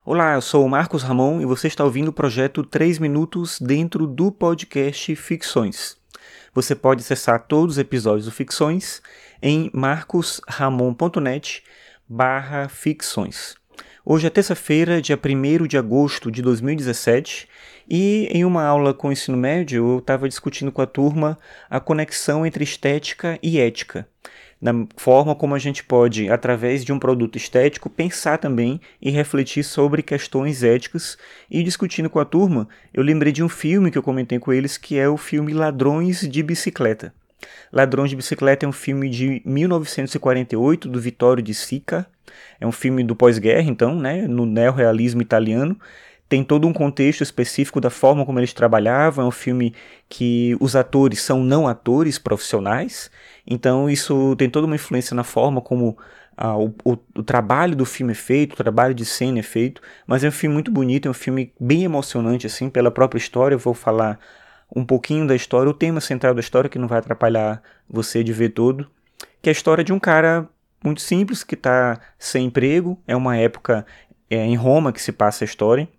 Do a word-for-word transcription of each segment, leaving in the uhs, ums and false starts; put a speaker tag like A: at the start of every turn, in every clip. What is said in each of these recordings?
A: Olá, eu sou o Marcos Ramon e você está ouvindo o projeto três minutos dentro do podcast Ficções. Você pode acessar todos os episódios do Ficções em marcosramon.net barra ficções. Hoje é terça-feira, dia primeiro de agosto de dois mil e dezessete, e em uma aula com o ensino médio eu estava discutindo com a turma a conexão entre estética e ética. Da forma como a gente pode, através de um produto estético, pensar também e refletir sobre questões éticas. E discutindo com a turma, eu lembrei de um filme que eu comentei com eles, que é o filme Ladrões de Bicicleta. Ladrões de Bicicleta é um filme de mil novecentos e quarenta e oito, do Vittorio De Sica. É um filme do pós-guerra, então, né, no neorrealismo italiano. Tem todo um contexto específico da forma como eles trabalhavam. É um filme que os atores são não atores profissionais, então isso tem toda uma influência na forma como ah, o, o, o trabalho do filme é feito, o trabalho de cena é feito, mas é um filme muito bonito, é um filme bem emocionante assim, pela própria história. Eu vou falar um pouquinho da história, o tema central da história, que não vai atrapalhar você de ver todo, que é a história de um cara muito simples que está sem emprego. É uma época é, em Roma que se passa a história,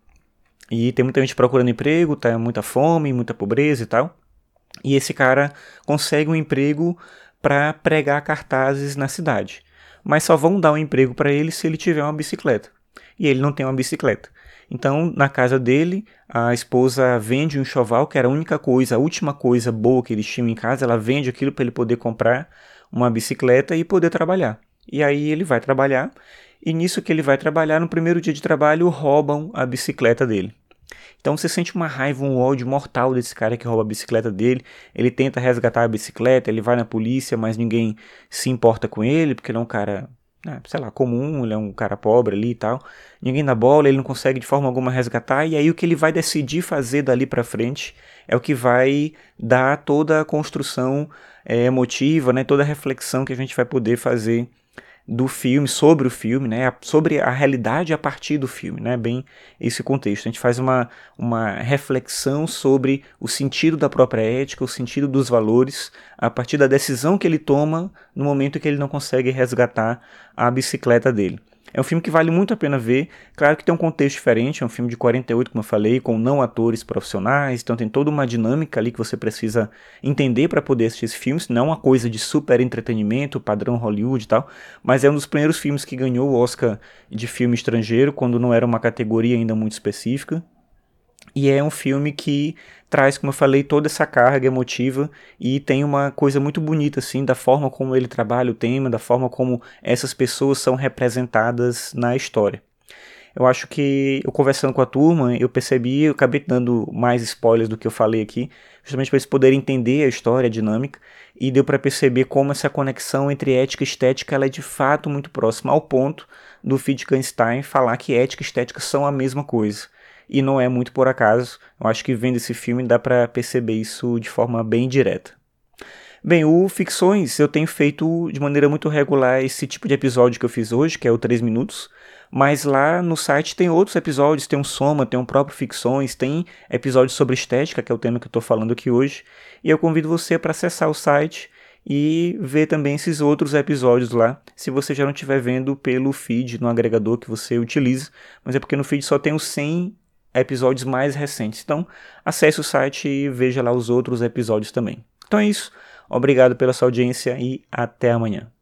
A: e tem muita gente procurando emprego, tá muita fome, muita pobreza e tal. E esse cara consegue um emprego para pregar cartazes na cidade. Mas só vão dar um emprego para ele se ele tiver uma bicicleta. E ele não tem uma bicicleta. Então, na casa dele, a esposa vende um enxoval, que era a única coisa, a última coisa boa que eles tinham em casa. Ela vende aquilo para ele poder comprar uma bicicleta e poder trabalhar. E aí ele vai trabalhar. E nisso que ele vai trabalhar, no primeiro dia de trabalho, roubam a bicicleta dele. Então você sente uma raiva, um ódio mortal desse cara que rouba a bicicleta dele. Ele tenta resgatar a bicicleta, ele vai na polícia, mas ninguém se importa com ele, porque ele é um cara, sei lá, comum, ele é um cara pobre ali e tal. Ninguém dá bola, ele não consegue de forma alguma resgatar, e aí o que ele vai decidir fazer dali pra frente é o que vai dar toda a construção é, emotiva, né, toda a reflexão que a gente vai poder fazer do filme, sobre o filme, né, sobre a realidade a partir do filme, né, bem esse contexto. A gente faz uma, uma reflexão sobre o sentido da própria ética, o sentido dos valores, a partir da decisão que ele toma no momento em que ele não consegue resgatar a bicicleta dele. É um filme que vale muito a pena ver. Claro que tem um contexto diferente, é um filme de quarenta e oito, como eu falei, com não atores profissionais, então tem toda uma dinâmica ali que você precisa entender para poder assistir esse filme. Não é uma coisa de super entretenimento, padrão Hollywood e tal, mas é um dos primeiros filmes que ganhou o Oscar de filme estrangeiro, quando não era uma categoria ainda muito específica. E é um filme que traz, como eu falei, toda essa carga emotiva, e tem uma coisa muito bonita, assim, da forma como ele trabalha o tema, da forma como essas pessoas são representadas na história. Eu acho que, eu conversando com a turma, eu percebi, eu acabei dando mais spoilers do que eu falei aqui, justamente para eles poderem entender a história, a dinâmica, e deu para perceber como essa conexão entre ética e estética ela é de fato muito próxima, ao ponto do Wittgenstein falar que ética e estética são a mesma coisa. E não é muito por acaso. Eu acho que vendo esse filme dá para perceber isso de forma bem direta. Bem, o Ficções eu tenho feito de maneira muito regular esse tipo de episódio que eu fiz hoje, que é o três minutos, mas lá no site tem outros episódios, tem um Soma, tem um próprio Ficções, tem episódios sobre estética, que é o tema que eu estou falando aqui hoje, e eu convido você para acessar o site e ver também esses outros episódios lá, se você já não estiver vendo pelo feed, no agregador que você utiliza, mas é porque no feed só tem os cem episódios mais recentes. Então, acesse o site e veja lá os outros episódios também. Então é isso. Obrigado pela sua audiência e até amanhã.